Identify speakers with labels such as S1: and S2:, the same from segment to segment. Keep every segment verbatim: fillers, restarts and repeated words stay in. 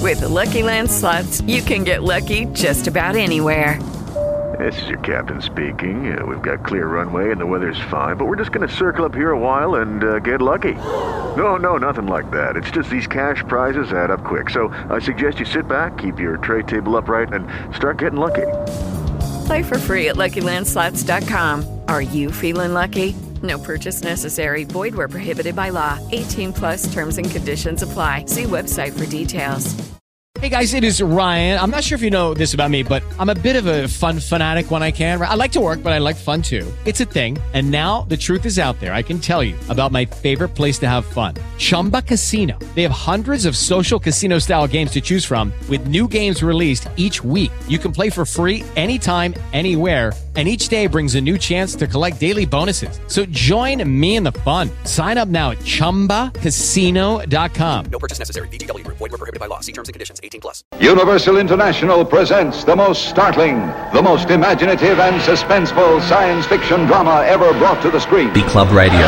S1: With the Lucky Land Slots, you can get lucky just about anywhere.
S2: This is your captain speaking. Uh, we've got clear runway and the weather's fine, but we're just going to circle up here a while and uh, get lucky. No, no, nothing like that. It's just these cash prizes add up quick. So I suggest you sit back, keep your tray table upright, and start getting lucky.
S1: Play for free at Lucky Land Slots dot com. Are you feeling lucky? No purchase necessary. Void where prohibited by law. eighteen plus terms and conditions apply. See website for details.
S3: Hey guys, it is Ryan. I'm not sure if you know this about me, but I'm a bit of a fun fanatic when I can. I like to work, but I like fun too. It's a thing. And now the truth is out there. I can tell you about my favorite place to have fun. Chumba Casino. They have hundreds of social casino style games to choose from with new games released each week. You can play for free anytime, anywhere. And each day brings a new chance to collect daily bonuses. So join me in the fun. Sign up now at chumba casino dot com.
S4: No purchase necessary. V G W. Void where prohibited by law. See terms and conditions. eighteen plus.
S5: Universal International presents the most startling, the most imaginative and suspenseful science fiction drama ever brought to the screen.
S6: B-Club Radio.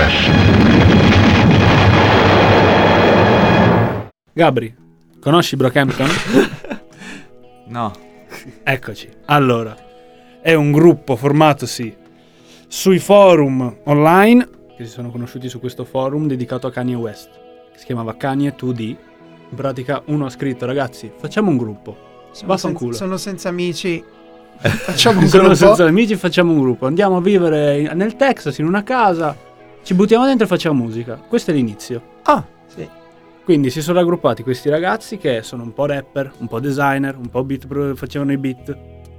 S7: Gabri, conosci Brockhampton?
S8: No.
S7: Eccoci. Allora, è un gruppo formatosi sui forum online, che si sono conosciuti su questo forum dedicato a Kanye West, che si chiamava Kanye due D. In pratica uno ha scritto: ragazzi, facciamo un gruppo.
S9: Sono, sen- sono senza amici. Facciamo un
S7: sono
S9: gruppo.
S7: senza amici, facciamo un gruppo. Andiamo a vivere in- nel Texas in una casa, ci buttiamo dentro e facciamo musica. Questo è l'inizio.
S9: Ah, sì.
S7: Quindi si sono raggruppati questi ragazzi che sono un po' rapper, un po' designer, un po' beat, pro- facevano i beat.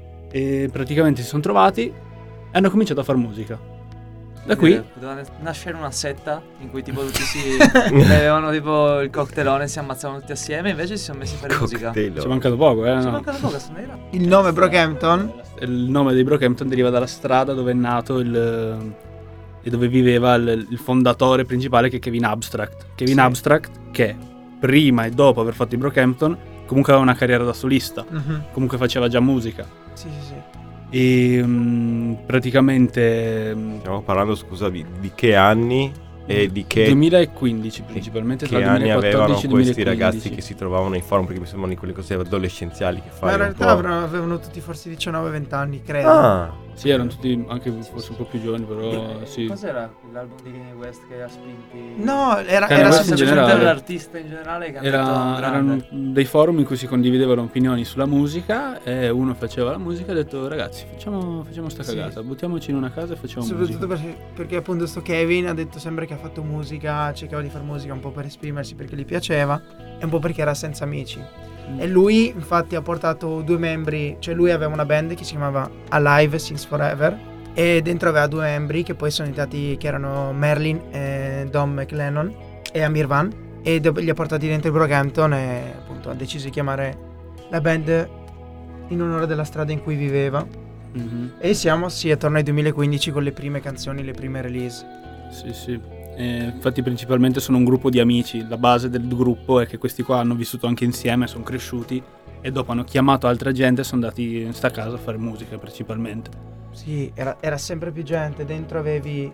S7: E praticamente si sono trovati e hanno cominciato a fare musica. Da qui
S8: poteva nascere una setta in cui tipo tutti si bevevano tipo il cocktailone e si ammazzavano tutti assieme, invece si sono messi a fare musica.
S7: ci è mancato poco, eh?
S8: Ci è
S7: No.
S8: mancato poco, se ne era.
S9: Il nome Brockhampton?
S7: Il nome di Brockhampton deriva dalla strada dove è nato il e dove viveva il, il fondatore principale, che è Kevin Abstract. Kevin
S9: Sì.
S7: Abstract, che prima e dopo aver fatto i Brockhampton comunque aveva una carriera da solista,
S9: Mhm.
S7: comunque faceva già musica.
S9: Sì, sì, sì.
S7: E mh, praticamente mh,
S10: Stiamo parlando, scusa, di, di che anni e di che,
S7: duemilaquindici principalmente,
S10: che
S7: tra
S10: anni avevano
S7: duemilaquattordici e
S10: questi
S7: duemilaquindici.
S10: ragazzi che si trovavano nei forum, perché mi sembrano di quelle cose adolescenziali che fai
S9: Ma in
S10: un
S9: realtà
S10: po'.
S9: avevano, avevano tutti forse diciannove venti anni, credo.
S10: Ah,
S7: Sì, erano tutti anche forse un po' più giovani, però sì.
S8: Cos'era l'album di Kanye West che ha spinti?
S9: No, era,
S7: Kanye
S9: era
S7: West in
S9: semplicemente
S7: generale.
S8: l'artista in generale che ha detto
S7: Era,
S8: un grande.
S7: erano dei forum in cui si condividevano opinioni sulla musica e uno faceva la musica e ha detto: ragazzi, facciamo, facciamo sta
S9: Sì.
S7: cagata, buttiamoci in una casa e facciamo
S9: soprattutto
S7: musica.
S9: perché, perché appunto sto Kevin ha detto sempre che ha fatto musica, cercava di fare musica un po' per esprimersi perché gli piaceva e un po' perché era senza amici. E lui infatti ha portato due membri, cioè lui aveva una band che si chiamava Alive Since Forever e dentro aveva due membri che poi sono diventati, che erano Merlin e Dom McLennan e Amir Van, e dopo li ha portati dentro il Brockhampton e appunto ha deciso di chiamare la band in onore della strada in cui viveva.
S7: Mhm.
S9: E siamo sì attorno ai duemilaquindici con le prime canzoni, le prime release.
S7: Sì, sì. Eh, infatti principalmente sono un gruppo di amici. La base del gruppo è che questi qua hanno vissuto anche insieme, sono cresciuti e dopo hanno chiamato altra gente e sono andati in sta casa a fare musica principalmente.
S9: Sì, era, era sempre più gente, dentro avevi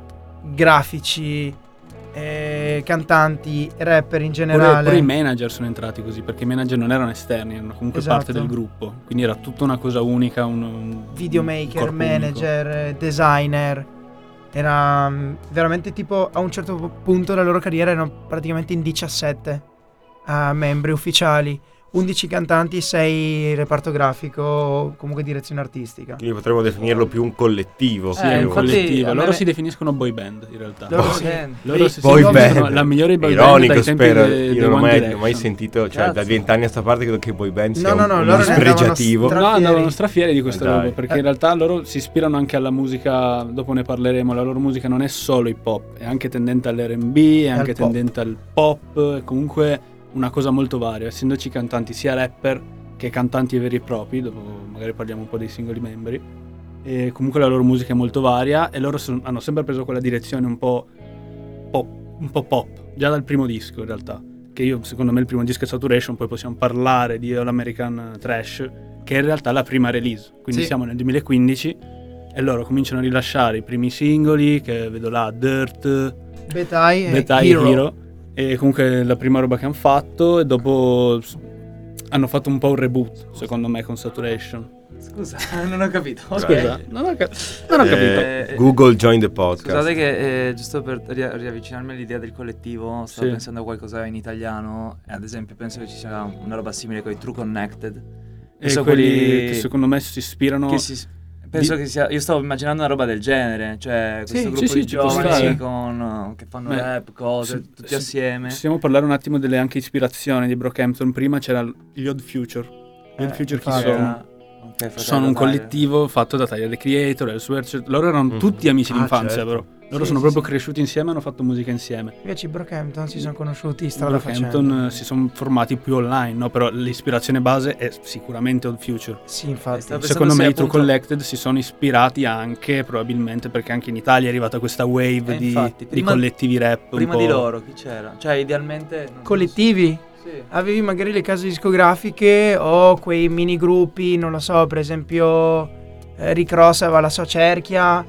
S9: grafici, eh, cantanti, rapper in
S7: Pure,
S9: generale.
S7: pure i manager sono entrati così, perché i manager non erano esterni, erano comunque
S9: Esatto.
S7: parte del gruppo. Quindi era tutta una cosa unica, un, un
S9: Videomaker,
S7: un corpo
S9: manager, eh, designer. Era mm, veramente tipo, a un certo punto della loro carriera erano praticamente in diciassette uh, membri ufficiali, undici cantanti, sei reparto grafico, comunque direzione artistica.
S10: quindi potremmo definirlo più un collettivo.
S7: Sì,
S8: Eh,
S7: è un
S10: più-
S8: infatti,
S7: collettivo.
S8: a me-
S7: Loro si definiscono boy band in realtà.
S9: Loro
S8: Oh,
S9: sì.
S8: band.
S7: Loro si,
S10: Boy
S7: si
S10: band.
S7: sono la migliore boy
S10: Ironico,
S7: band dai tempi
S10: spero.
S7: de-
S10: Io
S7: dei
S10: non ho
S7: One
S10: mai,
S7: Direction.
S10: mai sentito, cioè da
S8: Cazzo.
S10: vent'anni a sta parte credo che boy band sia
S9: No, no,
S10: un,
S9: no,
S10: uno
S9: loro ne andavano
S10: spregiativo.
S9: stra-
S7: No, andavano
S9: fieri.
S7: strafieri di questa
S10: Eh, dai.
S7: roba, perché in realtà loro si ispirano anche alla musica, dopo ne parleremo, la loro musica non è solo hip hop, è anche tendente all'R and B, è anche
S9: al pop.
S7: tendente al pop, è comunque una cosa molto varia, essendoci cantanti sia rapper che cantanti veri e propri, dopo magari parliamo un po' dei singoli membri, e comunque la loro musica è molto varia e loro son- hanno sempre preso quella direzione un po' pop, un po' pop, già dal primo disco in realtà, che io secondo me il primo disco è Saturation, poi possiamo parlare di All American Trash, che è in realtà la prima release, quindi
S9: Sì.
S7: siamo nel duemilaquindici e loro cominciano a rilasciare i primi singoli, che vedo là, Dirt,
S9: Betai e
S7: Betai
S9: Hero.
S7: Hero, e comunque la prima roba che hanno fatto, e dopo s- hanno fatto un po' un reboot, secondo me, con Saturation.
S8: Scusa, non ho capito.
S7: Scusa,
S8: Ok.
S7: non ho, ca- non ho capito.
S8: Eh,
S10: Google join the podcast.
S8: Scusate che eh, giusto per ria- riavvicinarmi all'idea del collettivo, stavo
S7: Sì.
S8: pensando a qualcosa in italiano. Ad esempio, penso che ci sia una roba simile con i True Connected.
S7: E
S8: So
S7: quelli
S8: quelli
S7: che secondo me si ispirano...
S8: che si- penso
S7: di-
S8: che sia. Io stavo immaginando una roba del genere, cioè questo
S7: Sì,
S8: gruppo
S7: sì, sì,
S8: di
S7: ci può
S8: giovani
S7: stare.
S8: con, che fanno
S7: Beh,
S8: rap, cose,
S7: sì,
S8: tutti
S7: sì,
S8: assieme.
S7: Possiamo parlare un attimo delle anche ispirazioni di Brockhampton. Prima c'era gli Odd Future. Gli Odd
S9: Eh,
S7: Future chi
S9: infatti,
S7: sono?
S8: Ok, fratello,
S7: Sono un
S8: dai.
S7: collettivo fatto da Tyler, the Creator, El Swercher. Loro erano
S10: Mhm.
S7: tutti amici
S10: Ah,
S7: d'infanzia,
S10: certo.
S7: però. Loro
S9: Sì,
S7: sono
S9: sì,
S7: proprio
S9: sì.
S7: cresciuti insieme e hanno fatto musica insieme.
S9: Invece i Brockhampton si sono conosciuti
S7: I
S9: strada facendo.
S7: Brockhampton eh, si sono formati più online, no? Però l'ispirazione base è sicuramente Odd Future.
S9: Sì, infatti.
S8: Stavo pensando
S7: Secondo me
S8: se
S7: i True
S8: appunto-
S7: Collected si sono ispirati anche, probabilmente, perché anche in Italia è arrivata questa wave
S8: Eh,
S7: di,
S8: infatti,
S7: di
S8: prima-
S7: collettivi rap. un
S8: Prima
S7: po'.
S8: di loro chi c'era? Cioè, idealmente non-
S9: Collettivi?
S8: Sì.
S9: Avevi magari le case discografiche o quei mini gruppi, non lo so, per esempio eh, Rick Ross aveva la sua cerchia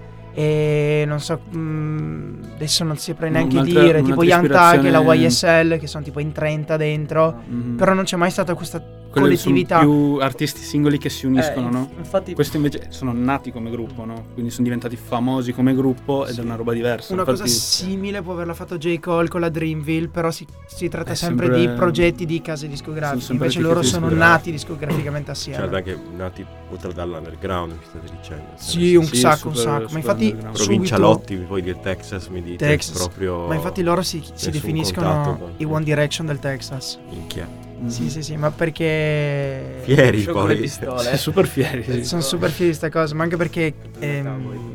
S9: e non so, mh, adesso non si saprei neanche
S7: Un'altra-
S9: dire, tipo
S7: un'altra
S9: Young Thug e la
S7: ispirazione-
S9: Y S L che sono tipo in trenta dentro,
S7: Mhm.
S9: però non c'è mai stata questa
S7: Quelli sono
S9: collettività.
S7: più artisti singoli che si uniscono,
S8: Eh,
S7: no?
S8: inf- Infatti,
S7: Questi invece sono nati come gruppo, no? Quindi sono diventati famosi come gruppo ed è una roba diversa.
S9: Una cosa
S7: Infatti-
S9: simile può averla fatto J. Cole con la Dreamville, però si, si tratta
S7: È
S9: sempre,
S7: sempre-
S9: di progetti di case discografiche.
S7: sempre
S9: Invece loro
S7: etichette
S9: sono
S10: discografiche.
S9: nati discograficamente assieme.
S10: Cioè, anche nati oltre dall'underground, mi state dicendo.
S9: Sì, un
S7: Sì,
S9: sacco, un
S7: super-
S9: sacco. Ma
S7: super
S9: infatti
S7: underground.
S9: subito
S10: Provincialotti, poi del Texas, mi dite.
S9: Texas.
S10: Proprio.
S9: Ma infatti loro si, si
S10: nessun
S9: definiscono
S10: contatto con-
S9: i One Direction del Texas.
S10: Minchia.
S7: Mhm.
S9: Sì, sì, sì, ma perché
S10: Fieri
S8: Show con le
S10: poi.
S8: pistole.
S7: Super fieri, sì.
S9: sono super fieri di sta cosa, ma anche perché ehm,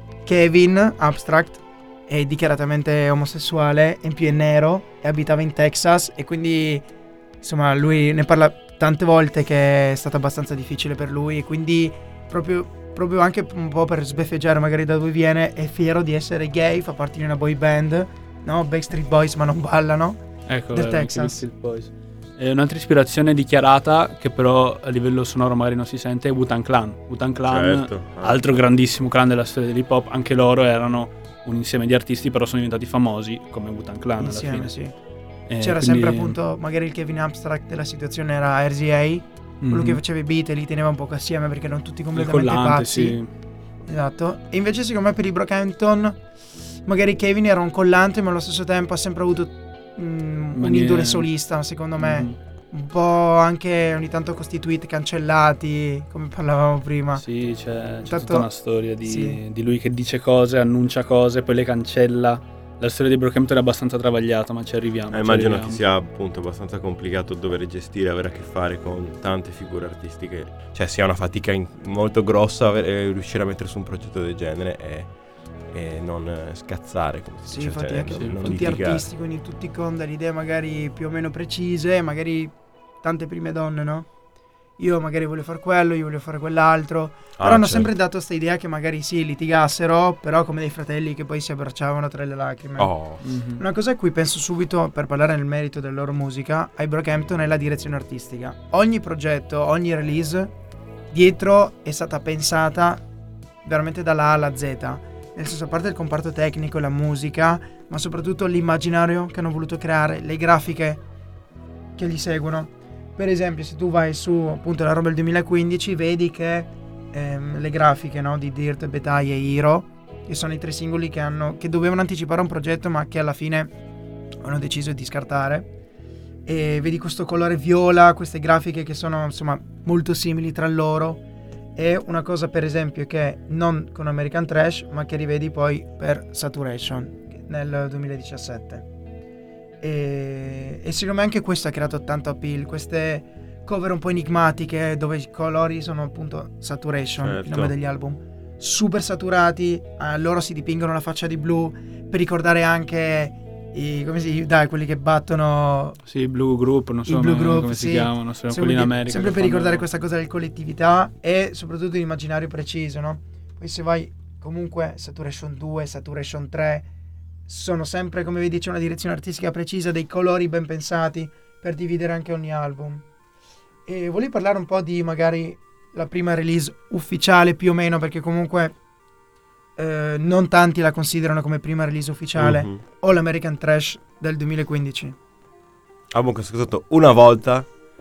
S9: Kevin Abstract è dichiaratamente omosessuale, in più è nero e abitava in Texas e quindi insomma lui ne parla tante volte che è stato abbastanza difficile per lui e quindi proprio, proprio anche un po' per sbeffeggiare magari da dove viene è fiero di essere gay, fa parte di una boy band, no? Backstreet Boys ma non ballano.
S7: Ecco,
S9: del
S7: eh,
S9: Texas.
S7: anche Backstreet Boys. E un'altra ispirazione dichiarata, che però a livello sonoro magari non si sente, è Wu-Tang Clan. Wu-Tang Clan,
S10: Certo.
S7: altro grandissimo clan della storia dell'hip hop, anche loro erano un insieme di artisti, però sono diventati famosi come Wu-Tang Clan alla
S9: Insieme,
S7: fine.
S9: sì.
S7: Eh,
S9: C'era
S7: quindi-
S9: sempre appunto magari il Kevin Abstract della situazione era R Z A, quello
S7: Mhm.
S9: che faceva i beat e li teneva un po' assieme perché erano tutti
S7: il
S9: completamente
S7: collante,
S9: pazzi.
S7: sì.
S9: Esatto. E invece secondo me per i Brockhampton magari Kevin era un collante ma allo stesso tempo ha sempre avuto mm,
S7: Maniere-
S9: un'indole solista secondo me.
S7: Mhm.
S9: Un po' anche ogni tanto con sti tweet cancellati come parlavamo prima.
S7: Sì, c'è, c'è
S9: Tanto-
S7: tutta una storia di,
S9: sì.
S7: di lui che dice cose, annuncia cose, poi le cancella. La storia di Brockhampton è abbastanza travagliata, ma ci arriviamo.
S10: Eh,
S7: ci
S10: immagino
S7: arriviamo.
S10: che sia appunto abbastanza complicato dover gestire, avere a che fare con tante figure artistiche. Cioè sia una fatica in- molto grossa avere- riuscire a mettere su un progetto del genere e, e non eh, scazzare. Come si
S9: Sì,
S10: dice,
S9: infatti
S10: cioè,
S9: anche
S10: non- non
S9: tutti
S10: litigare.
S9: artisti, quindi tutti con delle idee magari più o meno precise, magari tante prime donne, no? Io magari voglio fare quello, io voglio fare quell'altro.
S10: Ah,
S9: però hanno
S10: certo.
S9: sempre dato questa idea che magari sì, litigassero, però come dei fratelli che poi si abbracciavano tra le lacrime.
S10: Oh,
S7: Mhm.
S9: Una cosa a cui penso subito per parlare nel merito della loro musica ai Brockhampton è la direzione artistica. Ogni progetto, ogni release dietro è stata pensata veramente dalla A alla Z. Nel senso, a parte il comparto tecnico e la musica, ma soprattutto l'immaginario che hanno voluto creare, le grafiche che gli seguono. Per esempio, se tu vai su appunto la roba del duemilaquindici, vedi che ehm, le grafiche, no, di Dirt, Betai e Hero, che sono i tre singoli che, hanno, che dovevano anticipare un progetto ma che alla fine hanno deciso di scartare. E vedi questo colore viola, queste grafiche che sono insomma molto simili tra loro. E una cosa per esempio che non con American Trash ma che rivedi poi per Saturation nel duemiladiciassette. E, e secondo me anche questo ha creato tanto appeal, queste cover un po' enigmatiche dove i colori sono appunto Saturation,
S10: Certo.
S9: il nome degli album, super saturati, eh, loro si dipingono la faccia di blu per ricordare anche i, come si dai, quelli che battono
S7: Sì, il Blue Group, non so
S9: i Blue
S7: come,
S9: Group,
S7: come
S9: sì.
S7: si chiamano, sono
S9: Sempre
S7: quelli in
S9: di-
S7: America.
S9: sempre
S7: che
S9: per ricordare
S7: fanno-
S9: questa cosa del collettività e soprattutto l'immaginario preciso, no? Poi se vai comunque Saturation due, Saturation tre sono sempre, come vedi, c'è una direzione artistica precisa, dei colori ben pensati per dividere anche ogni album. E volevo parlare un po' di magari la prima release ufficiale più o meno, perché comunque eh, non tanti la considerano come prima release ufficiale,
S10: Mhm.
S9: o l'American Trash del duemilaquindici.
S10: Album che ho ascoltato una volta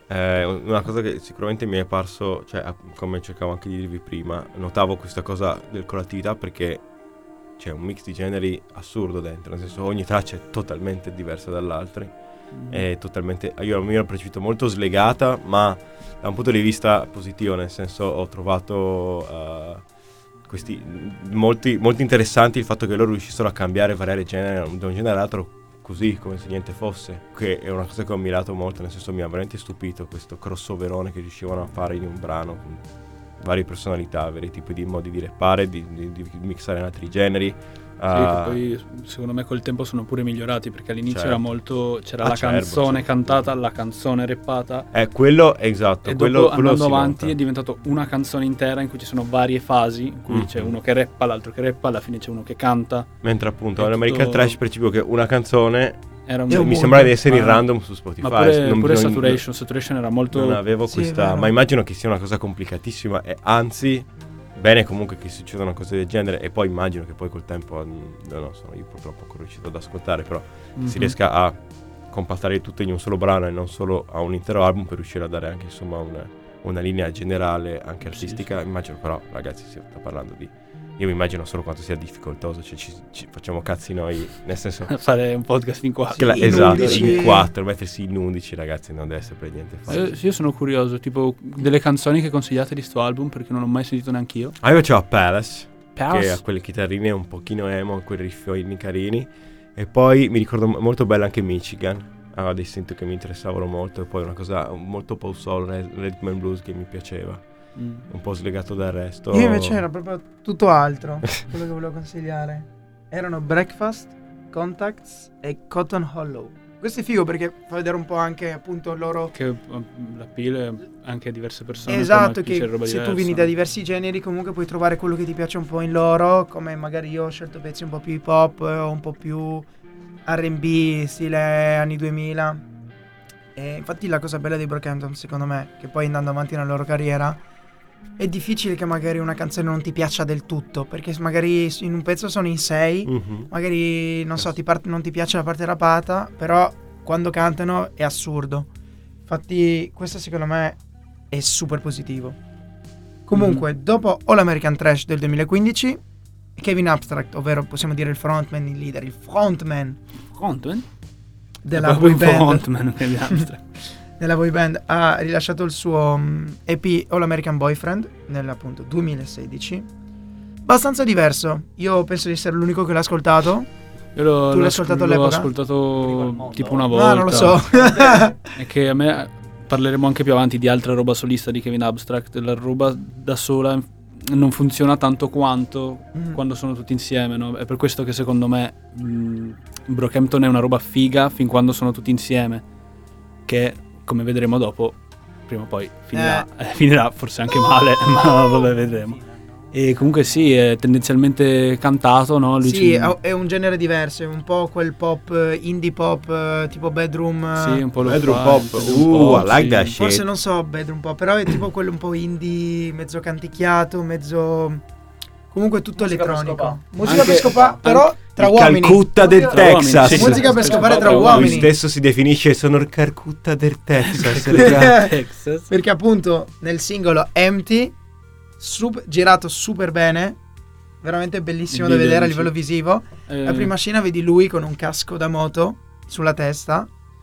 S10: Eh, una cosa che sicuramente mi è parso, cioè come cercavo anche di dirvi prima, notavo questa cosa del, con l'attività, perché c'è un mix di generi assurdo dentro, nel senso ogni traccia è totalmente diversa dall'altra, mm. è totalmente, io mi ero percepito molto slegata, ma da un punto di vista positivo, nel senso ho trovato uh, questi molti, molto interessanti il fatto che loro riuscissero a cambiare e variare genere da un genere all'altro così, come se niente fosse, che è una cosa che ho ammirato molto, nel senso mi ha veramente stupito questo crossoverone che riuscivano a fare in un brano con varie personalità, vari tipi di modi di rappare, di, di, di mixare in altri generi.
S7: Sì, uh, che poi secondo me col tempo sono pure migliorati, perché all'inizio certo. era molto c'era ah, la certo, canzone certo. cantata, la canzone rappata.
S10: Eh, quello esatto,
S7: e
S10: quello,
S7: dopo
S10: quello
S7: andando avanti
S10: nota.
S7: È diventato una canzone intera in cui ci sono varie fasi, in cui mm. c'è uno che rappa, l'altro che rappa, alla fine c'è uno che canta.
S10: Mentre appunto all'American tutto... Trash percepivo che una canzone
S7: era un
S10: mi sembrava di essere in random su Spotify.
S7: Ma pure,
S10: non
S7: pure
S10: bisogna...
S7: Saturation, Saturation era molto...
S10: Non avevo
S9: sì,
S10: questa... Ma immagino che sia una cosa complicatissima e anzi... Bene comunque che succedano cose del genere, e poi immagino che poi col tempo, non lo so, io purtroppo non riuscito ad ascoltare, però mm-hmm. si riesca a compattare tutto in un solo brano e non solo a un intero album, per riuscire a dare anche insomma una, una linea generale anche artistica. Sì, sì. Immagino però, ragazzi, si sta parlando di... Io mi immagino solo quanto sia difficoltoso, cioè ci, ci facciamo cazzi noi, nel senso...
S7: fare un podcast in quattro.
S10: La, esatto, in quattro, mettersi in undici, ragazzi, non deve essere per niente facile.
S7: Io, io sono curioso, tipo, delle canzoni che consigliate di sto album, perché non l'ho mai sentito neanche io.
S10: Ah, io facevo Palace,
S7: Palace,
S10: che ha quelle chitarrine un pochino emo, quei riffoni carini, e poi mi ricordo molto bella anche Michigan, aveva dei synth che mi interessavano molto, e poi una cosa molto post soul, Rhythm and Blues, che mi piaceva. Mm. Un po' slegato dal resto.
S9: Io invece era proprio tutto altro quello che volevo consigliare. Erano Breakfast, Contacts e Cotton Hollow. Questo è figo perché fa vedere un po' anche appunto loro
S7: che la pile anche a diverse persone.
S9: Esatto, che roba se diversa. Tu vieni da diversi generi comunque puoi trovare quello che ti piace un po' in loro, come magari io ho scelto pezzi un po' più hip hop o un po' più R and B stile anni duemila. E infatti la cosa bella dei Brockhampton secondo me, che poi andando avanti nella loro carriera, è difficile che magari una canzone non ti piaccia del tutto, perché magari in un pezzo sono in sei, mm-hmm. magari non so, ti part- non ti piace la parte rapata, però quando cantano è assurdo. Infatti questo secondo me è super positivo. Comunque, mm-hmm. dopo All American Trash del duemilaquindici, Kevin Abstract, ovvero possiamo dire il frontman, il leader, il frontman.
S7: Frontman?
S9: Della boy band.
S7: Frontman, Kevin Abstract.
S9: Nella boy band ha rilasciato il suo um, E P All American Boyfriend nel appunto duemilasedici. Abbastanza diverso. Io penso di essere l'unico che l'ha ascoltato.
S7: Io l'ho,
S9: tu l'hai ascoltato all'epoca?
S7: L'ho ascoltato tipo una volta.
S9: No, non lo so.
S7: È che a me parleremo anche più avanti di altra roba solista di Kevin Abstract. La roba da sola non funziona tanto quanto mm. quando sono tutti insieme, no? È per questo che secondo me mh, Brockhampton è una roba figa fin quando sono tutti insieme, che come vedremo dopo, prima o poi finirà, eh. Eh, finirà forse anche male, ma vabbè, vedremo. E comunque sì, è tendenzialmente cantato, no? Lui
S9: sì,
S7: ci...
S9: è un genere diverso, è un po' quel pop, indie pop, tipo bedroom.
S7: Sì, un po' lo
S10: bedroom
S7: fa,
S10: pop. Uh, I like
S7: sì.
S10: that shit.
S9: Forse non so bedroom pop, però è tipo quello un po' indie, mezzo canticchiato, mezzo... Comunque tutto
S8: musica
S9: elettronico.
S8: Per
S9: musica per scopare, però tra
S10: il
S9: uomini.
S10: Calcutta del
S9: musica
S10: Texas.
S9: Sì. Musica per scopare tra
S10: Lui
S9: uomini.
S10: Lui stesso si definisce sono il Calcutta del Texas.
S7: Texas.
S9: Perché appunto nel singolo Empty, sub- girato super bene, veramente bellissimo da vedere a livello visivo. Eh. La prima scena vedi lui con un casco da moto sulla testa,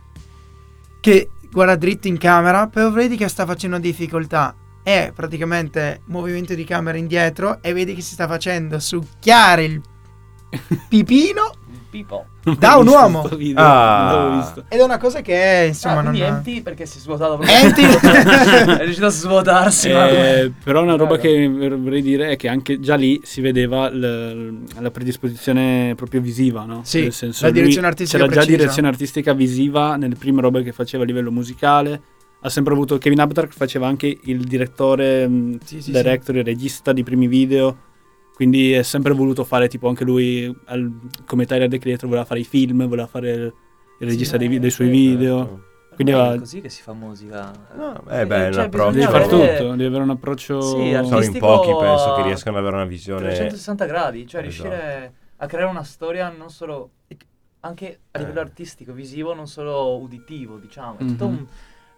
S9: che guarda dritto in camera, però vedi che sta facendo difficoltà. È praticamente movimento di camera indietro e vedi che si sta facendo succhiare il pipino
S8: Pipo.
S9: da un uomo.
S10: Ah.
S9: Ed è una cosa che insomma
S8: ah,
S9: non
S8: è
S9: ha...
S8: empty perché si è svuotato proprio.
S9: Empty.
S8: È riuscito a svuotarsi.
S7: Eh, però una roba che vorrei dire è che anche già lì si vedeva l- la predisposizione proprio visiva, no?
S9: Sì,
S7: nel senso,
S9: la direzione artistica
S7: c'era
S9: precisa.
S7: già direzione artistica visiva nelle prime robe che faceva a livello musicale. Ha sempre avuto Kevin Abstract, faceva anche il direttore, sì, sì, director, sì. il regista di primi video, quindi è sempre voluto fare tipo anche lui al, come Tyler The Creator voleva fare i film, voleva fare il, il regista sì, dei, dei suoi video. Quindi
S8: è
S7: va...
S8: così che si fa musica.
S10: No, è bello,
S8: cioè,
S10: approccio.
S7: Devi fare
S8: avere...
S7: tutto, devi avere un approccio.
S8: Sì,
S10: sono in pochi, penso che riescano ad avere una visione
S8: trecentosessanta gradi, cioè
S10: esatto.
S8: riuscire a creare una storia non solo anche a livello
S10: eh.
S8: artistico, visivo, non solo uditivo, diciamo. È
S7: Mm-hmm.
S8: tutto un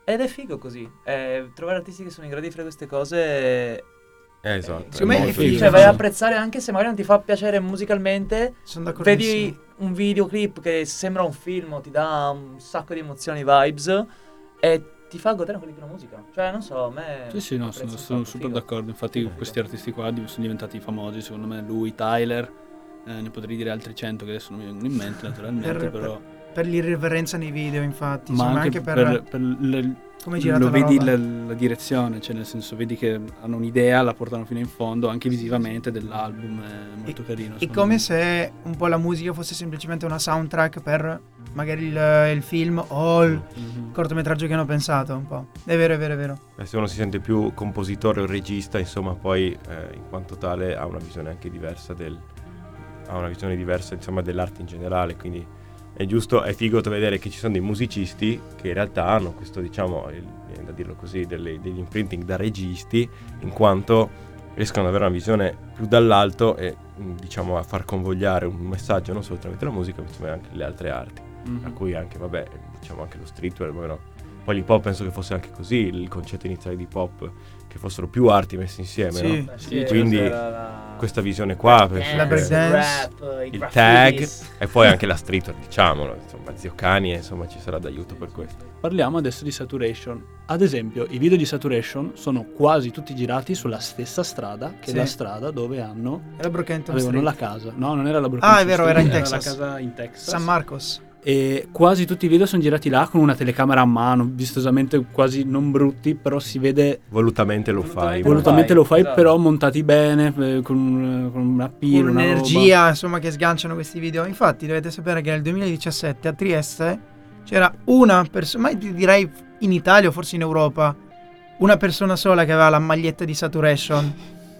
S8: ed è figo così. Eh, trovare artisti che sono in grado di fare queste cose.
S10: Eh, esatto.
S9: Secondo me è
S10: molto
S9: figo.
S8: Cioè, vai a apprezzare anche se magari non ti fa piacere musicalmente.
S9: Sono d'accordissimo.
S8: Vedi un videoclip che sembra un film, o ti dà un sacco di emozioni, vibes, e ti fa godere anche di più la musica. Cioè, non so, a me.
S7: Sì, sì, no,
S8: apprezzo
S7: sono,
S8: un
S7: sono
S8: sacco,
S7: super
S8: figo.
S7: d'accordo. Infatti, questi artisti qua di- sono diventati famosi. Secondo me, lui, Tyler, eh, ne potrei dire altri cento che adesso non mi vengono in mente, naturalmente.
S9: Per-
S7: però,
S9: Per l'irriverenza nei video, infatti.
S7: ma
S9: insomma,
S7: anche,
S9: anche per,
S7: per, per le-
S9: come è girata
S7: lo
S9: la
S7: vedi
S9: roba.
S7: la, la direzione, cioè nel senso, vedi che hanno un'idea, la portano fino in fondo, anche visivamente dell'album. È molto carino.
S9: È
S7: secondo
S9: come
S7: me.
S9: se un po' la musica fosse semplicemente una soundtrack per magari il, il film o il
S7: Mhm.
S9: cortometraggio che hanno pensato, un po'. È vero, è vero, è vero.
S10: Eh, se uno si sente più compositore o regista, insomma, poi eh, in quanto tale ha una visione anche diversa del ha una visione diversa, insomma, dell'arte in generale, quindi è giusto, è figo vedere che ci sono dei musicisti che in realtà hanno questo, diciamo, il, viene da dirlo così, delle- degli imprinting da registi, in quanto riescono ad avere una visione più dall'alto e mh, diciamo a far convogliare un messaggio non solo tramite la musica, ma insomma anche le altre arti.
S7: Mhm.
S10: A cui anche, vabbè, diciamo anche lo streetwear, ma no. Poi l'hip hop penso che fosse anche così, il concetto iniziale di hip hop, che fossero più arti messe insieme,
S9: Sì.
S10: no?
S8: Beh, sì,
S10: Quindi
S8: c'era la-
S10: questa visione qua, penso
S9: La
S10: che-
S9: breakdance,
S8: rap, i
S10: il
S8: graffitis.
S10: tag e poi anche la streetwear, diciamolo, insomma, Zio Cani, insomma, ci sarà d'aiuto per questo.
S7: Parliamo adesso di Saturation. Ad esempio, i video di Saturation sono quasi tutti girati sulla stessa strada che
S9: Sì.
S7: la strada dove hanno
S9: Era Brockhampton
S7: avevano
S9: Street.
S7: la casa. No, non era la
S9: Ah,
S7: Brookhampton
S9: è vero,
S7: Street,
S9: era in
S7: la
S9: Texas.
S7: casa in Texas.
S9: San Marcos.
S7: E quasi tutti i video sono girati là con una telecamera a mano, vistosamente quasi non brutti, però si vede
S10: Volutamente lo fai.
S8: Volutamente
S7: volutamente lo fai,
S8: esatto.
S7: però montati bene, eh, con, un- con una pila,
S9: Con
S7: una roba.
S9: un'energia, insomma, che sganciano questi video. Infatti, dovete sapere che nel duemiladiciassette a Trieste c'era una persona, ma direi in Italia o forse in Europa, una persona sola che aveva la maglietta di Saturation.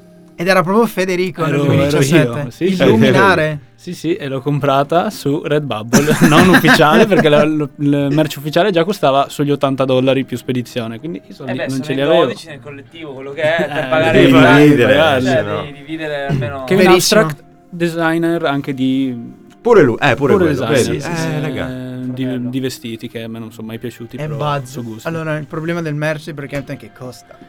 S9: Ed era proprio Federico
S7: Ero-
S9: nel duemiladiciassette.
S7: ero io, sì,
S9: il
S7: sì.
S9: luminare.
S7: Sì, sì, e l'ho comprata su Redbubble, non ufficiale, perché la- lo- il merce ufficiale già costava sugli ottanta dollari più spedizione, quindi i soldi
S8: Eh beh,
S7: non
S8: sono
S7: ce li
S8: in
S7: avevo.
S8: dodici nel collettivo, quello che è, per
S7: Eh,
S8: pagare
S10: devi
S8: i vari,
S10: dividere,
S8: cioè,
S10: se no.
S8: devi dividere almeno.
S7: Che è un
S9: Verissimo.
S7: abstract designer anche di
S10: Pure lui, eh, pure, quello,
S7: designer,
S10: vedi?
S7: sì,
S10: Eh,
S7: sì,
S10: raga.
S7: eh, di, di vestiti che a me non sono mai piaciuti,
S9: E
S7: però
S9: Buzz.
S7: su gusto.
S9: Allora, il problema del merce di Brockhampton è che costa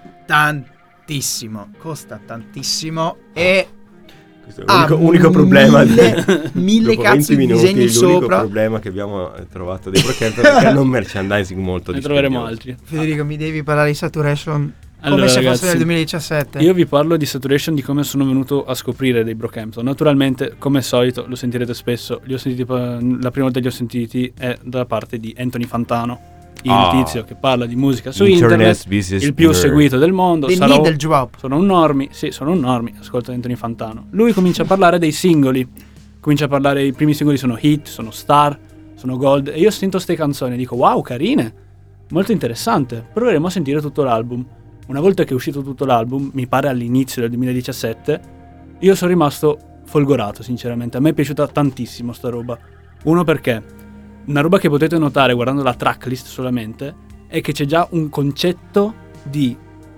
S9: tantissimo. Costa tantissimo. E
S10: Questo è
S9: ha
S10: l'unico, unico problema di-
S9: mille, mille
S10: dopo
S9: cazzo
S10: venti
S9: di
S10: minuti,
S9: disegni
S10: l'unico
S9: sopra.
S10: problema che abbiamo eh, trovato dei Brockhampton è che hanno un merchandising molto
S7: ne troveremo
S10: dispendioso.
S7: altri.
S9: Federico, mi devi parlare di Saturation
S7: Allora,
S9: come se
S7: ragazzi,
S9: fosse nel duemiladiciassette.
S7: Io vi parlo di Saturation, di come sono venuto a scoprire dei Brockhampton. Naturalmente, come al solito, lo sentirete spesso. Li ho sentiti, pa- la prima volta che li ho sentiti è da parte di Anthony Fantano, il
S10: Ah.
S7: tizio che parla di musica su
S10: Internet
S7: internet,
S10: business
S7: il più
S10: nerd.
S7: seguito del mondo.
S9: The
S7: Sarò-
S9: Needle Drop.
S7: Sono un normie, sì, sono un normie, ascolto Anthony Fantano. Lui comincia a parlare dei singoli, comincia a parlare, i primi singoli sono hit, sono star, sono gold, e io sento ste canzoni e dico wow, carine, molto interessante, proveremo a sentire tutto l'album. Una volta che è uscito tutto l'album, mi pare all'inizio del duemiladiciassette, io sono rimasto folgorato, sinceramente. A me è piaciuta tantissimo sta roba. Uno perché, una roba che potete notare guardando la tracklist solamente, è che c'è già un concetto di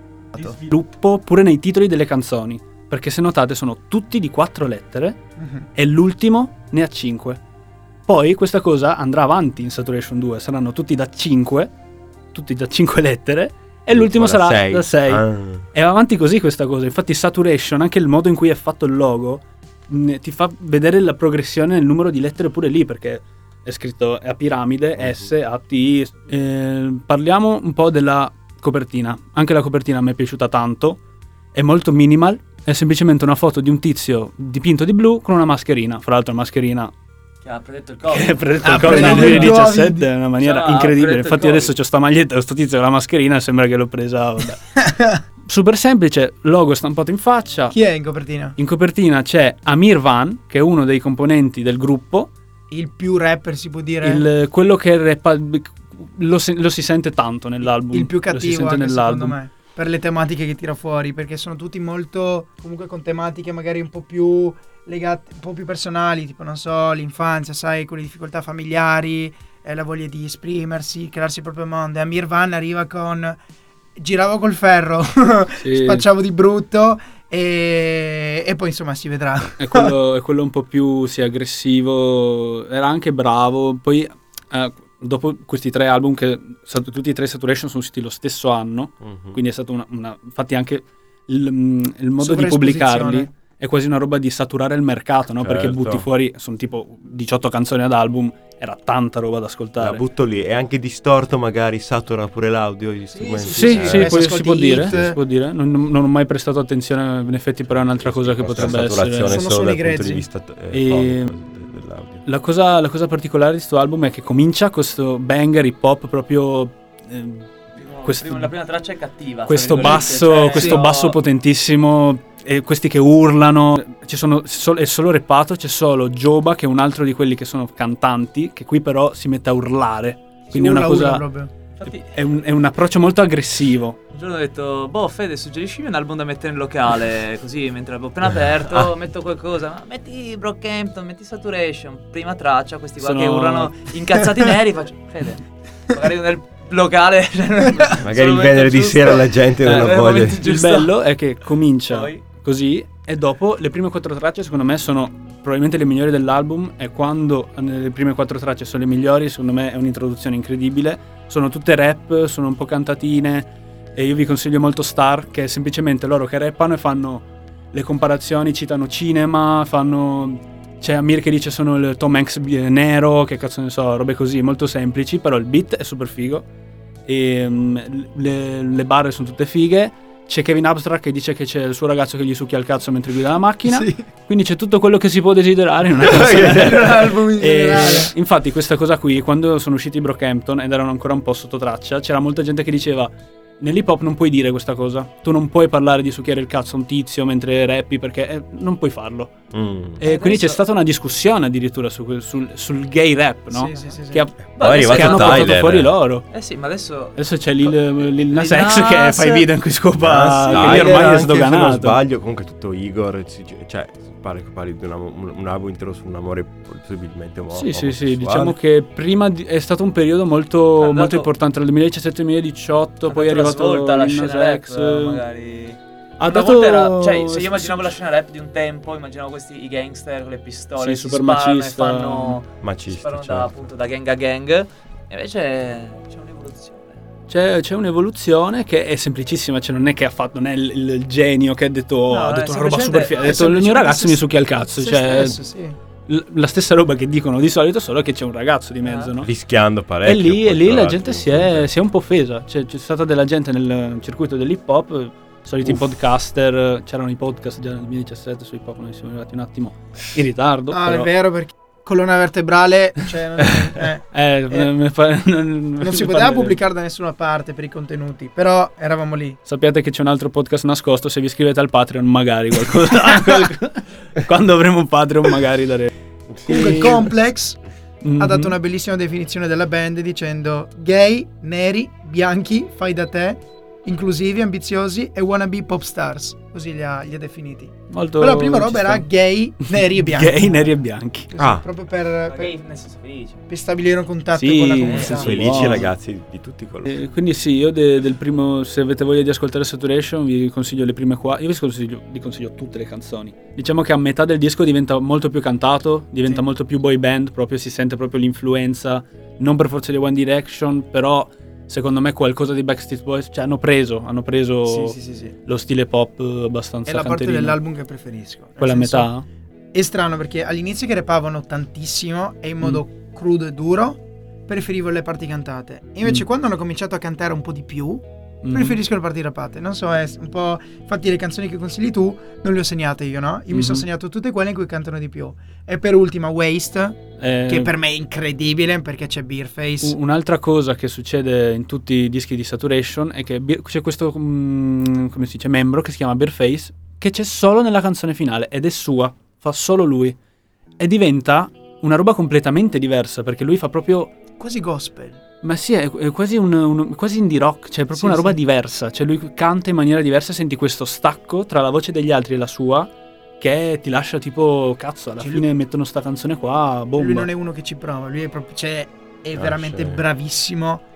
S7: sviluppo pure nei titoli delle canzoni. Perché se notate sono tutti di quattro lettere
S9: Mhm.
S7: e l'ultimo ne ha cinque. Poi questa cosa andrà avanti in Saturation due, saranno tutti da cinque, tutti da cinque lettere, e l'ultimo
S10: Da
S7: sarà
S10: sei.
S7: da sei.
S10: Ah.
S7: E va avanti così questa cosa. Infatti Saturation, anche il modo in cui è fatto il logo, mh, ti fa vedere la progressione nel numero di lettere pure lì, perché è scritto a piramide, S, A, T. Eh, parliamo un po' della copertina. Anche la copertina a me è piaciuta tanto, è molto minimal, è semplicemente una foto di un tizio dipinto di blu con una mascherina, fra l'altro una mascherina
S8: Che ha predetto il
S7: che è
S8: Covid.
S7: predetto
S9: Ah,
S7: il Covid nel
S9: predetto il
S7: duemiladiciassette
S9: Covid.
S7: in una maniera
S8: Ciao,
S7: incredibile.
S8: predetto il
S7: Infatti adesso
S8: Covid.
S7: c'ho sta maglietta e sto tizio con la mascherina, sembra che l'ho presa, vabbè. Super semplice, logo stampato in faccia.
S9: Chi è in copertina?
S7: In copertina c'è Amir Van, che è uno dei componenti del gruppo,
S9: Il più rapper, si può dire.
S7: il, quello che rappa, lo, si- lo si sente tanto nell'album.
S9: Il più
S7: lo si
S9: cattivo
S7: sente
S9: anche secondo
S7: nell'album.
S9: me, per le tematiche che tira fuori, perché sono tutti molto, comunque con tematiche magari un po' più legate, un po' più personali, tipo non so, l'infanzia, sai, con le difficoltà familiari, eh, la voglia di esprimersi, crearsi il proprio mondo. E Amir Van arriva con giravo col ferro,
S7: Sì.
S9: spacciavo di brutto e, e poi insomma si vedrà.
S7: È quello, è quello un po' più sì, aggressivo, era anche bravo. Poi eh, dopo questi tre album, che sat- tutti e tre Saturation sono usciti lo stesso anno,
S10: Mhm.
S7: quindi è stato una, una infatti anche il, il modo di pubblicarli è quasi una roba di saturare il mercato, no? Perché
S10: Certo.
S7: butti fuori, sono tipo diciotto canzoni ad album, era tanta roba da
S10: La
S7: ascoltare.
S10: butto lì. È anche distorto, magari satura pure l'audio. Gli strumenti.
S7: Sì,
S9: Sì,
S7: sì,
S9: eh,
S7: poi
S9: se
S7: si può
S9: ascolti
S7: dire,
S9: hit.
S7: si può dire. Non, non ho mai prestato attenzione, in effetti, però è un'altra cosa che
S10: Questa
S7: potrebbe
S10: saturazione
S7: essere.
S9: Sono
S10: solo
S9: suoni
S10: dal punto
S9: grezzi.
S10: di vista eh,
S7: E-
S10: fonico dell'audio.
S7: La cosa, la cosa particolare di questo album è che comincia questo banger hip hop proprio. ehm, questo-
S8: Prima- la prima traccia è cattiva.
S7: questo
S8: tra virgolette,
S7: basso,
S8: cioè,
S7: questo
S8: no,
S7: basso potentissimo, e questi che urlano. Ci sono, sol- è solo rappato, c'è solo Joba, che è un altro di quelli che sono cantanti, che qui però si mette a urlare. Quindi è una
S9: Urla, urla
S7: cosa.
S9: proprio.
S8: Infatti,
S7: È un, è un approccio molto aggressivo.
S8: un giorno ho detto, boh, Fede, suggeriscimi un album da mettere in locale, così mentre l'avevo appena aperto,
S7: Ah.
S8: metto qualcosa. Ma metti Brockhampton, metti Saturation, prima traccia, questi qua
S7: Sono-
S8: che urlano incazzati neri, faccio, Fede, magari nel locale.
S10: Magari il venerdì sera la gente non
S8: Eh,
S10: ha
S8: nel
S10: voglia.
S8: momento
S10: di-
S7: Il
S8: giusto.
S7: bello è che comincia
S8: Poi-
S7: così, e dopo le prime quattro tracce secondo me sono probabilmente le migliori dell'album, e quando nelle prime quattro tracce sono le migliori, secondo me è un'introduzione incredibile. Sono tutte rap, sono un po' cantatine, e io vi consiglio molto Star, che è semplicemente loro che rappano e fanno le comparazioni, citano cinema, fanno... C'è Amir che dice sono il Tom Hanks bi- nero, che cazzo ne so, robe così, molto semplici, però il beat è super figo, e mm, le, le barre sono tutte fighe. C'è Kevin Abstract che dice che c'è il suo ragazzo che gli succhia il cazzo mentre guida la macchina.
S9: Sì.
S7: Quindi c'è tutto quello che si può desiderare in una canzone.
S9: In un album in
S7: E,
S9: generale.
S7: infatti questa cosa qui, quando sono usciti i Brockhampton ed erano ancora un po' sotto traccia, c'era molta gente che diceva: nell'hip hop non puoi dire questa cosa, tu non puoi parlare di succhiare il cazzo a un tizio mentre rappi, perché eh, non puoi farlo.
S10: Mm.
S7: E
S8: Eh,
S7: quindi c'è
S8: adesso-
S7: stata una discussione addirittura su quel- sul, sul gay rap, no?
S9: Sì, sì, sì, sì.
S7: Che, ha-
S10: Poi è
S7: che
S10: arrivato
S7: hanno portato
S10: Tyler.
S7: fuori loro.
S8: Eh sì, ma adesso...
S7: Adesso c'è Lil, Lil Nas
S8: Lil
S7: X che
S8: Nas.
S7: fa i video in cui scopa,
S10: Ah, sì,
S7: che lì
S10: Tyler
S7: ormai è
S10: anche, se non
S7: sdoganato.
S10: sbaglio, comunque tutto Igor, si- cioè pare che parli di una- un, un album intero su un amore possibilmente uomo.
S7: Sì, sì, sì, diciamo che prima di- è stato un periodo molto,
S8: dato-
S7: molto importante, dal duemiladiciassette duemiladiciotto, poi è
S8: dato la
S7: arrivato
S8: svolta alla
S7: Lil
S8: scena
S7: Nas
S8: rap,
S7: X.
S8: magari...
S7: Ha
S8: Una
S7: dato...
S8: volta era, cioè, se io immaginavo la scena rap di un tempo, immaginavo questi i gangster con le pistole,
S7: Sì,
S8: si
S7: super
S8: sparano
S7: macista.
S8: e fanno, si
S10: Macista,
S8: sparano da,
S10: certo.
S8: appunto da gang a gang. E invece c'è un'evoluzione.
S7: C'è, c'è un'evoluzione che è semplicissima, cioè non è che ha fatto, non è il, il genio che ha detto,
S8: No,
S7: ha
S8: è
S7: detto una roba super
S8: semplicemente-
S7: figa, ha
S9: è
S7: detto il mio
S9: semplicemente
S7: ragazzo
S9: se-
S7: mi succhia il cazzo,
S9: se
S7: cioè
S9: stesso, sì.
S7: l- la stessa roba che dicono di solito, solo che c'è un ragazzo di mezzo, no?
S10: Rischiando
S7: E
S10: parecchio.
S7: lì, e
S10: poi,
S7: lì
S10: tra
S7: la
S10: l'altro,
S7: gente si è, si è un po' offesa, cioè, c'è stata della gente nel circuito dell'hip hop, soliti
S10: Uff.
S7: podcaster, c'erano i podcast già nel duemiladiciassette su hip hop, noi siamo arrivati un attimo in ritardo.
S9: Ah,
S7: però,
S9: è vero, perché colonna vertebrale, cioè, non, eh,
S7: eh,
S9: Eh,
S7: me fa- non,
S9: non si poteva pubblicare da nessuna parte per i contenuti, però eravamo lì.
S7: Sappiate che c'è un altro podcast nascosto, se vi iscrivete al Patreon magari qualcosa. Quando avremo un Patreon magari daremo.
S9: Comunque Complex
S7: Mhm.
S9: ha dato una bellissima definizione della band dicendo gay, neri, bianchi, fai da te, inclusivi, ambiziosi e wannabe pop stars, così li ha, li ha definiti.
S7: Molto
S9: Però la prima
S7: ci
S9: roba
S7: sta.
S9: era gay, neri e bianchi.
S7: Gay, neri e bianchi.
S9: Così,
S10: Ah.
S9: proprio per,
S8: Ma
S9: per,
S8: gay nel senso felice.
S9: per stabilire un contatto
S7: Sì,
S9: con la
S7: nel
S9: comunità.
S7: senso
S10: Felici
S7: buono.
S10: ragazzi di tutti i colori.
S7: Eh, quindi sì, io de- del primo, se avete voglia di ascoltare Saturation, vi consiglio le prime qua. Io vi consiglio, vi consiglio tutte le canzoni. Diciamo che a metà del disco diventa molto più cantato, diventa
S9: Sì.
S7: molto più boy band, proprio si sente proprio l'influenza, non per forza di One Direction, però secondo me qualcosa di Backstreet Boys, cioè hanno preso, hanno preso
S9: Sì, sì, sì, sì.
S7: lo stile pop eh, abbastanza
S9: È la parte
S7: canterino.
S9: dell'album che preferisco. Nel
S7: Quella a
S9: senso,
S7: metà?
S9: È strano perché all'inizio che rappavano tantissimo e in modo
S7: Mm.
S9: crudo e duro, preferivo le parti cantate. Invece
S7: Mm.
S9: quando hanno cominciato a cantare un po' di più,
S7: Mhm.
S9: preferisco le parti rappate. Non so, è un po'... Infatti le canzoni che consigli tu non le ho segnate io, no? Io mi sono
S7: Mhm.
S9: segnato tutte quelle in cui cantano di più. E per ultima Waste,
S7: Eh,
S9: che per me è incredibile perché c'è Beerface.
S7: u- Un'altra cosa che succede in tutti i dischi di Saturation è che Beer- c'è questo mm, come si dice, membro che si chiama Beerface, che c'è solo nella canzone finale ed è sua, fa solo lui, e diventa una roba completamente diversa perché lui fa proprio,
S9: Quasi gospel.
S7: ma sì, è, è quasi un, un- quasi indie rock, cioè è proprio
S9: Sì,
S7: una roba
S9: sì.
S7: diversa, cioè lui canta in maniera diversa, senti questo stacco tra la voce degli altri e la sua che ti lascia tipo cazzo, alla
S9: Cioè,
S7: fine
S9: lui-
S7: mettono sta canzone qua, bomba.
S9: Lui non è uno che ci prova, lui è proprio... Cioè, è
S10: Ah,
S9: veramente
S10: sì.
S9: bravissimo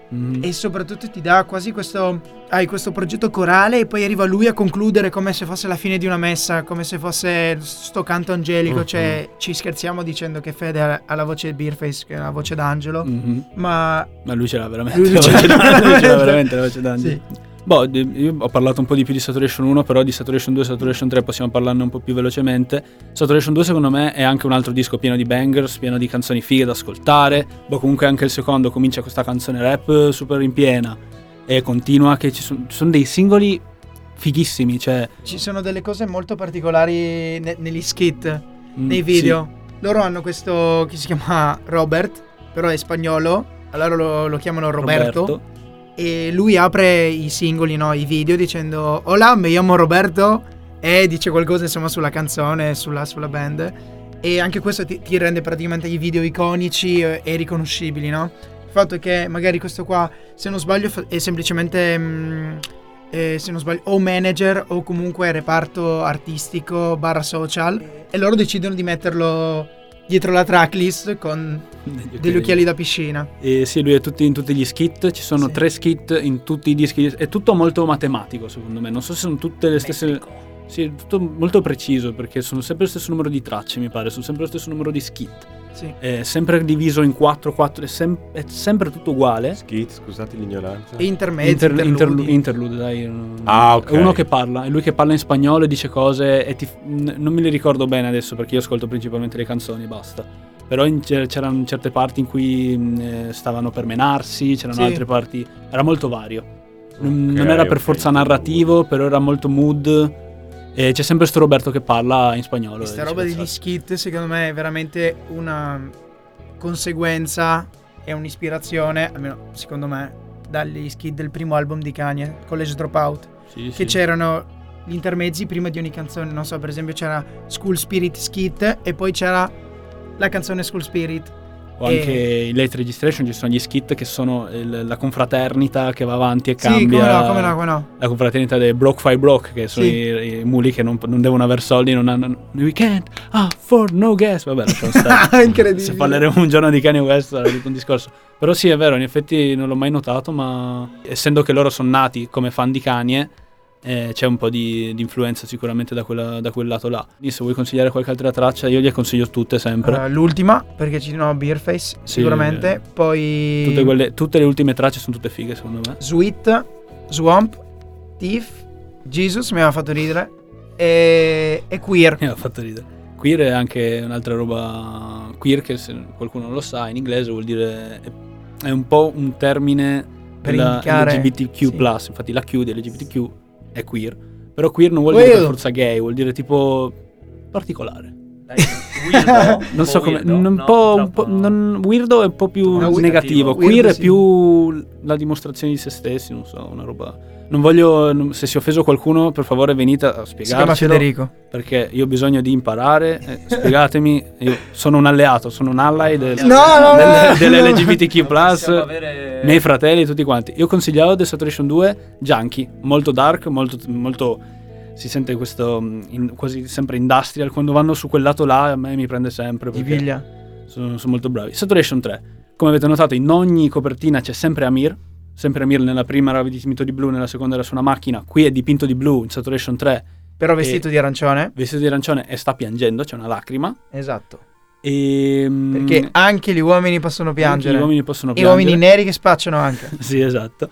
S7: Mm.
S9: e soprattutto ti dà quasi questo, hai questo progetto corale e poi arriva lui a concludere come se fosse la fine di una messa, come se fosse sto canto angelico,
S10: Uh-huh.
S9: cioè ci scherziamo dicendo che Fede ha, ha la voce di Beerface, che è la voce d'angelo,
S7: Mhm.
S9: ma
S7: Ma lui ce l'ha veramente.
S9: Lui
S7: la
S9: ce
S7: voce
S9: l'ha
S7: d'angelo, lui ce l'ha
S9: veramente.
S7: veramente la voce d'angelo.
S9: sì.
S7: Boh, di- io ho parlato un po' di più di Saturation uno, però di Saturation due e Saturation tre possiamo parlarne un po' più velocemente. Saturation due secondo me è anche un altro disco pieno di bangers, pieno di canzoni fighe da ascoltare. Boh, comunque anche il secondo comincia questa canzone rap super in piena e continua che ci sono, ci sono dei singoli fighissimi, cioè
S9: Ci sono delle cose molto particolari ne- negli skit,
S7: mm,
S9: nei video. Loro hanno questo che si chiama Robert, però è spagnolo, allora lo, lo chiamano
S7: sì,
S9: Roberto. E lui apre i singoli, no, i video dicendo "Hola, mi chiamo Roberto", e dice qualcosa insomma sulla canzone, sulla, sulla band. E anche questo ti, ti rende praticamente i video iconici e, e riconoscibili, no? Il fatto è che magari questo qua, se non sbaglio, fa- è semplicemente mm, eh, se non sbaglio o manager o comunque reparto artistico barra social, e loro decidono di metterlo dietro la tracklist con degli occhiali da piscina.
S7: E sì, lui è tutti, in tutti gli skit, ci sono
S9: Sì.
S7: tre skit in tutti i dischi, è tutto molto matematico secondo me, non so se sono tutte le stesse... Sì, è tutto molto preciso perché sono sempre lo stesso numero di tracce mi pare, sono sempre lo stesso numero di skit,
S9: Sì.
S7: è sempre diviso in quattro quattro, è, sem- è sempre tutto uguale.
S10: Skit, scusate l'ignoranza.
S9: E intermezzi,
S7: Inter-
S9: interludi.
S7: interlu- interlude, dai.
S10: Ah, ok.
S7: È uno che parla, è lui che parla in spagnolo e dice cose e ti- n- non me le ricordo bene adesso perché io ascolto principalmente le canzoni e basta. Però in- c'erano certe parti in cui mh, eh, stavano per menarsi, c'erano
S9: Sì.
S7: altre parti, era molto vario. Non-
S10: Ok,
S7: non era per
S10: ok,
S7: forza
S10: interlude.
S7: narrativo, però era molto mood. E c'è sempre sto Roberto che parla in spagnolo.
S9: Questa
S7: e
S9: roba
S7: dice
S9: degli skit secondo me è veramente una conseguenza e un'ispirazione, almeno secondo me, dagli skit del primo album di Kanye, College Dropout,
S7: sì,
S9: che
S7: sì.
S9: c'erano gli intermezzi prima di ogni canzone, non so, per esempio c'era School Spirit skit e poi c'era la canzone School Spirit.
S7: O anche in Late Registration ci sono gli skit che sono il- la confraternita che va avanti e
S9: Sì,
S7: cambia.
S9: come no, come no, come no.
S7: La confraternita dei Broke Five Broke, che sono
S9: Sì.
S7: i, i muli che non, non devono aver soldi, non hanno. We can't afford no gas. Vabbè, lasciamo stare.
S9: Incredibile.
S7: Se parleremo un giorno di Kanye West sarà tutto un discorso. Però sì, è vero, in effetti non l'ho mai notato, ma essendo che loro sono nati come fan di Kanye, eh, c'è un po' di, di influenza sicuramente da, quella- da quel lato là. Quindi se vuoi consigliare qualche altra traccia, io le consiglio tutte sempre.
S9: Uh, l'ultima, perché ci sono Beerface,
S7: Sì,
S9: sicuramente. Poi
S7: Tutte, quelle, tutte le ultime tracce sono tutte fighe, secondo me.
S9: Sweet, Swamp, Thief, Jesus mi aveva fatto ridere, e, e Queer.
S7: Mi ha fatto ridere. Queer è anche un'altra roba. Queer, che se qualcuno non lo sa, in inglese vuol dire. È un po' un termine
S9: Per
S7: della
S9: indicare-
S7: L G B T Q
S9: sì.
S7: plus. Infatti la Q di L G B T Q è queer. Però queer non vuol dire
S9: Well.
S7: per forza gay, vuol dire tipo particolare.
S8: Dai, weirdo?
S7: Non so come.
S8: Weirdo?
S7: Un
S8: No,
S7: po'. Un po'
S8: troppo no.
S7: non- weirdo è un po' più
S9: No, weird-
S7: negativo.
S9: weird,
S7: Queer è
S9: sì.
S7: più la dimostrazione di se stessi, non so, una roba. Non voglio. non- Se si è offeso qualcuno, per favore venite a
S9: Si chiama
S7: spiegarcelo.
S9: Federico.
S7: Perché io ho bisogno di imparare. eh, spiegatemi. Io sono un alleato, sono un ally del,
S9: No, no,
S7: del-
S9: no.
S7: dell'L G B T Q
S8: Non
S7: plus,
S8: possiamo avere-
S7: miei fratelli, tutti quanti. Io consigliavo The Saturation due Junkie, molto dark, molto. molto si sente questo mm, in- quasi sempre industrial. Quando vanno su quel lato là, a me mi prende sempre.
S9: Di
S7: perché
S9: Viglia.
S7: sono, sono molto bravi. Saturation tre, come avete notato, in ogni copertina c'è sempre Amir. Sempre Amir nella prima era vestito di blu, nella seconda era su una macchina. Qui è dipinto di blu in Saturation tre,
S9: Però vestito
S7: E-
S9: di arancione.
S7: vestito di arancione e sta piangendo, c'è una lacrima.
S9: Esatto.
S7: E,
S9: Perché anche gli uomini possono piangere.
S7: Gli uomini possono
S9: E
S7: piangere.
S9: uomini neri che spacciano anche.
S7: Sì, esatto.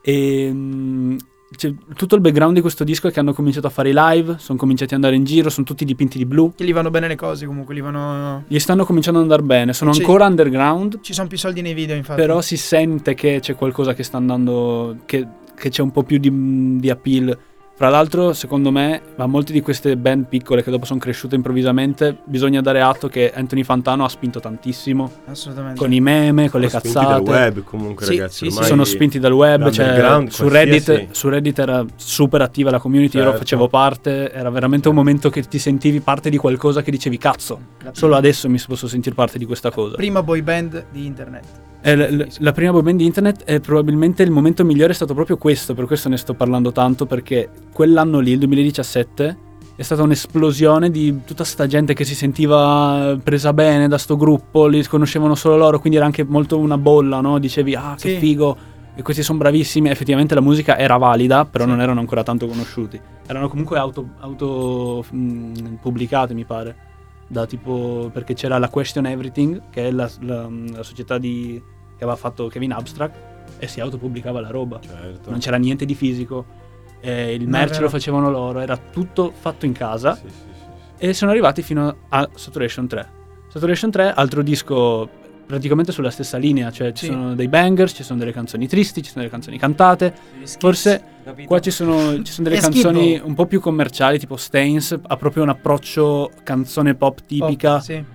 S7: E mm, c'è tutto il background di questo disco è che hanno cominciato a fare i live, sono cominciati ad andare in giro, sono tutti dipinti di blu.
S9: Che gli vanno bene le cose comunque, gli vanno...
S7: Gli stanno cominciando ad andare bene, sono
S9: Sì.
S7: ancora underground,
S9: Ci sono più soldi nei video infatti.
S7: però si sente che c'è qualcosa che sta andando, che, che c'è un po' più di, di appeal. Fra l'altro, secondo me, a molte di queste band piccole che dopo sono cresciute improvvisamente, bisogna dare atto che Anthony Fantano ha spinto tantissimo
S9: Assolutamente.
S7: con i meme, con le
S10: Sono spinti
S7: cazzate.
S10: dal web comunque,
S9: Sì,
S10: ragazzi.
S7: Sì, si
S10: ormai
S7: sono spinti dal web, cioè,
S10: l'underground,
S7: su, Reddit,
S10: qualsiasi-
S7: su Reddit era super attiva la community, io
S10: Certo.
S7: facevo parte, era veramente un momento che ti sentivi parte di qualcosa che dicevi cazzo,
S9: La
S7: solo adesso mi posso sentire parte di questa cosa.
S9: prima boy band di internet.
S7: È l- l- la prima boy band di internet e probabilmente il momento migliore è stato proprio questo, per questo ne sto parlando tanto, perché quell'anno lì, il duemiladiciassette, è stata un'esplosione di tutta sta gente che si sentiva presa bene da sto gruppo, li conoscevano solo loro, quindi era anche molto una bolla, no? Dicevi, ah che
S9: Sì.
S7: figo, e questi sono bravissimi. Effettivamente la musica era valida, però sì. non erano ancora tanto conosciuti. Erano comunque auto, auto mh, pubblicate, mi pare, da tipo, perché c'era la Question Everything, che è la, la, la società di, che aveva fatto Kevin Abstract, e si autopubblicava la roba.
S10: Certo.
S7: Non c'era niente di fisico, eh, il
S9: No,
S7: merch lo facevano loro, era tutto fatto in casa.
S10: Sì, sì, sì, sì.
S7: E sono arrivati fino a Saturation tre. Saturation tre, altro disco praticamente sulla stessa linea, cioè ci
S9: Sì.
S7: sono dei bangers, ci sono delle canzoni tristi, ci sono delle canzoni cantate. Forse
S8: capito?
S7: qua ci sono, ci sono delle
S9: E
S7: canzoni
S9: schifo.
S7: un po' più commerciali, tipo Stains, ha proprio un approccio canzone pop tipica.
S9: Oh, sì.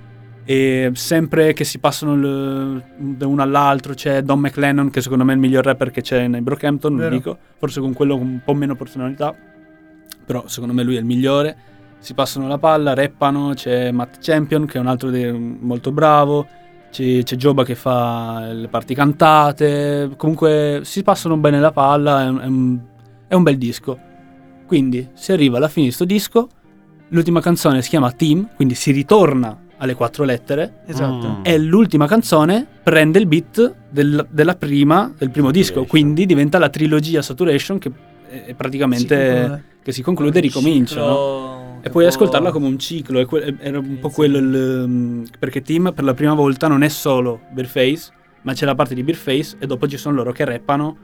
S7: E sempre che si passano il- da uno all'altro c'è Don McLennan, che secondo me è il miglior rapper che c'è nei Brockhampton, lo
S9: Vero.
S7: dico, forse con quello con un po' meno personalità, però secondo me lui è il migliore. Si passano la palla, rappano, c'è Matt Champion che è un altro de- molto bravo, c'è, c'è Joba che fa le parti cantate, comunque si passano bene la palla, è un, è un- è un bel disco. Quindi si arriva alla fine di sto disco, l'ultima canzone si chiama Team, quindi si ritorna alle quattro lettere,
S9: Esatto.
S10: Mm.
S7: e l'ultima canzone prende il beat del- della prima, del primo disco,
S10: Saturation.
S7: quindi diventa la trilogia Saturation che è praticamente
S9: Si conclude.
S7: che si conclude e ricomincia, no?
S8: Ciclo
S7: E
S8: che
S7: puoi
S8: può-
S7: ascoltarla come un ciclo, e que- era un po'
S8: Sì,
S7: quello il, mm, perché Team per la prima volta non è solo Bearface, ma c'è la parte di Bearface e dopo ci sono loro che rappano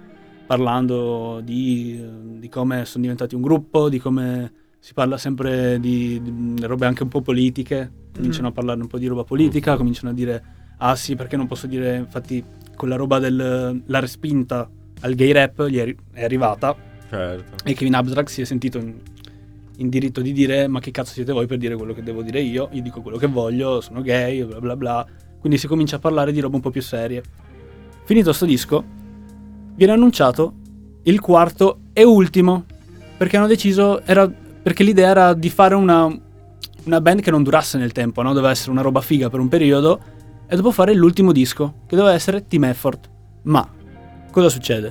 S7: parlando di, di come sono diventati un gruppo, di come si parla sempre di, di robe anche un po' politiche, cominciano a parlare un po' di roba politica, cominciano a dire ah sì, perché non posso dire, infatti quella roba della respinta al gay rap gli è, ri- è arrivata,
S10: Certo.
S7: e Kevin Abstract si è sentito in, in diritto di dire ma che cazzo siete voi per dire quello che devo dire io, io dico quello che voglio, sono gay, bla bla bla, quindi si comincia a parlare di robe un po' più serie. Finito sto disco viene annunciato il quarto e ultimo, perché hanno deciso, era perché l'idea era di fare una, una band che non durasse nel tempo, no? Doveva essere una roba figa per un periodo e dopo fare l'ultimo disco che doveva essere Team Effort. Ma cosa succede?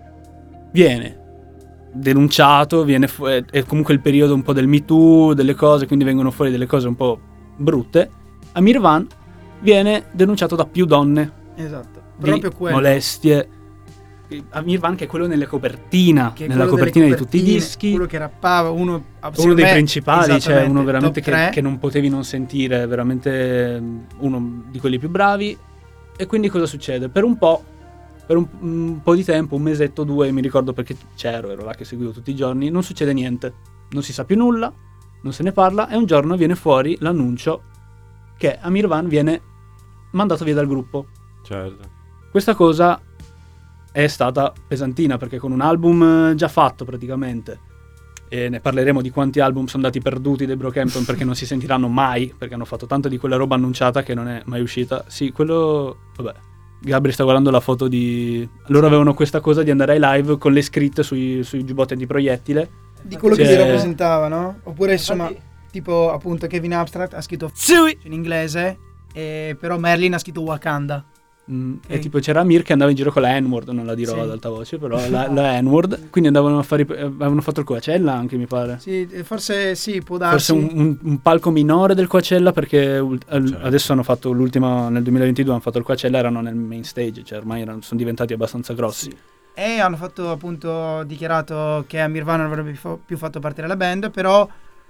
S7: Viene denunciato, viene fu- è è comunque il periodo un po' del Me Too, delle cose, quindi vengono fuori delle cose un po' brutte. Amir Van viene denunciato da più donne
S9: Esatto.
S7: di
S9: Proprio quello.
S7: molestie. Amir Van che è quello nelle copertina,
S9: Che è
S7: nella
S9: quello delle
S7: copertina di tutti i
S9: copertine,
S7: dischi,
S9: quello che rappava, uno,
S7: uno
S9: secondo
S7: dei
S9: me,
S7: principali, cioè
S9: esattamente,
S7: uno veramente
S9: top
S7: che,
S9: tre.
S7: che non potevi non sentire, veramente mm, uno di quelli più bravi. E quindi cosa succede? Per un po', per un, un po' di tempo, un mesetto, due, mi ricordo perché c'ero, ero là che seguivo tutti i giorni, non succede niente, non si sa più nulla, non se ne parla, e un giorno viene fuori l'annuncio che Amir Van viene mandato via dal gruppo.
S10: Certo.
S7: Questa cosa è stata pesantina, perché con un album eh, già fatto praticamente, e ne parleremo di quanti album sono andati perduti dei Brockhampton perché non si sentiranno mai, perché hanno fatto tanto di quella roba annunciata che non è mai uscita. Sì, quello, vabbè, Gabri sta guardando la foto di... Loro avevano questa cosa di andare ai live con le scritte sui, sui giubbotti antiproiettile.
S9: Di quello
S7: Cioè-
S9: che li rappresentava, no? Oppure insomma,
S8: Infatti-
S9: tipo appunto Kevin Abstract ha scritto in inglese, e però Merlin ha scritto Wakanda.
S7: Mm,
S9: Ok.
S7: E tipo c'era Amir che andava in giro con la N-word, non la dirò
S9: Sì.
S7: ad alta voce, però la, la N-word, quindi andavano a fare, i- avevano fatto il Coachella anche, mi pare.
S9: Sì, eh, forse sì, può darsi.
S7: Forse un, un- un palco minore del Coachella, perché ul- al-
S10: Certo.
S7: adesso hanno fatto l'ultima, nel duemilaventidue hanno fatto il Coachella, erano nel main stage, cioè ormai erano, sono diventati abbastanza grossi.
S9: E hanno fatto appunto dichiarato che Amir Van non avrebbe più fa- più fatto parte della band, però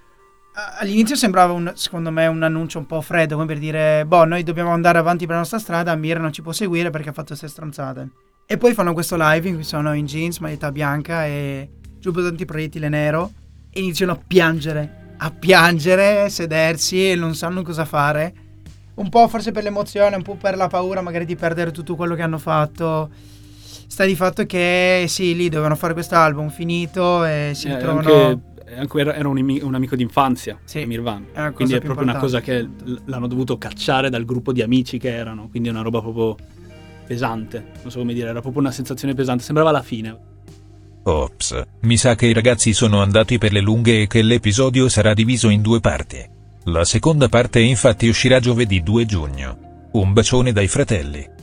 S9: a- all'inizio sembrava un, secondo me un annuncio un po' freddo, come per dire boh, noi dobbiamo andare avanti per la nostra strada, Amir non ci può seguire perché ha fatto queste stronzate. E poi fanno questo live in cui sono in jeans, maglietta bianca e giubbotto antiproiettile nero e iniziano a piangere, a piangere, sedersi e non sanno cosa fare. Un po' forse per l'emozione, un po' per la paura magari di perdere tutto quello che hanno fatto. Sta di fatto che sì, lì dovevano fare questo album finito e si
S7: Eh,
S9: ritrovano...
S7: anche, anche era, era un, imi- un amico d'infanzia,
S9: Sì.
S7: Amir Van,
S9: È una
S7: quindi
S9: cosa
S7: è
S9: più
S7: proprio una cosa che
S9: importante.
S7: l- l'hanno dovuto cacciare dal gruppo di amici che erano, quindi è una roba proprio pesante, non so come dire, era proprio una sensazione pesante, sembrava la fine.
S6: Ops, mi sa che i ragazzi sono andati per le lunghe e che l'episodio sarà diviso in due parti. La seconda parte infatti uscirà giovedì due giugno. Un bacione dai fratelli.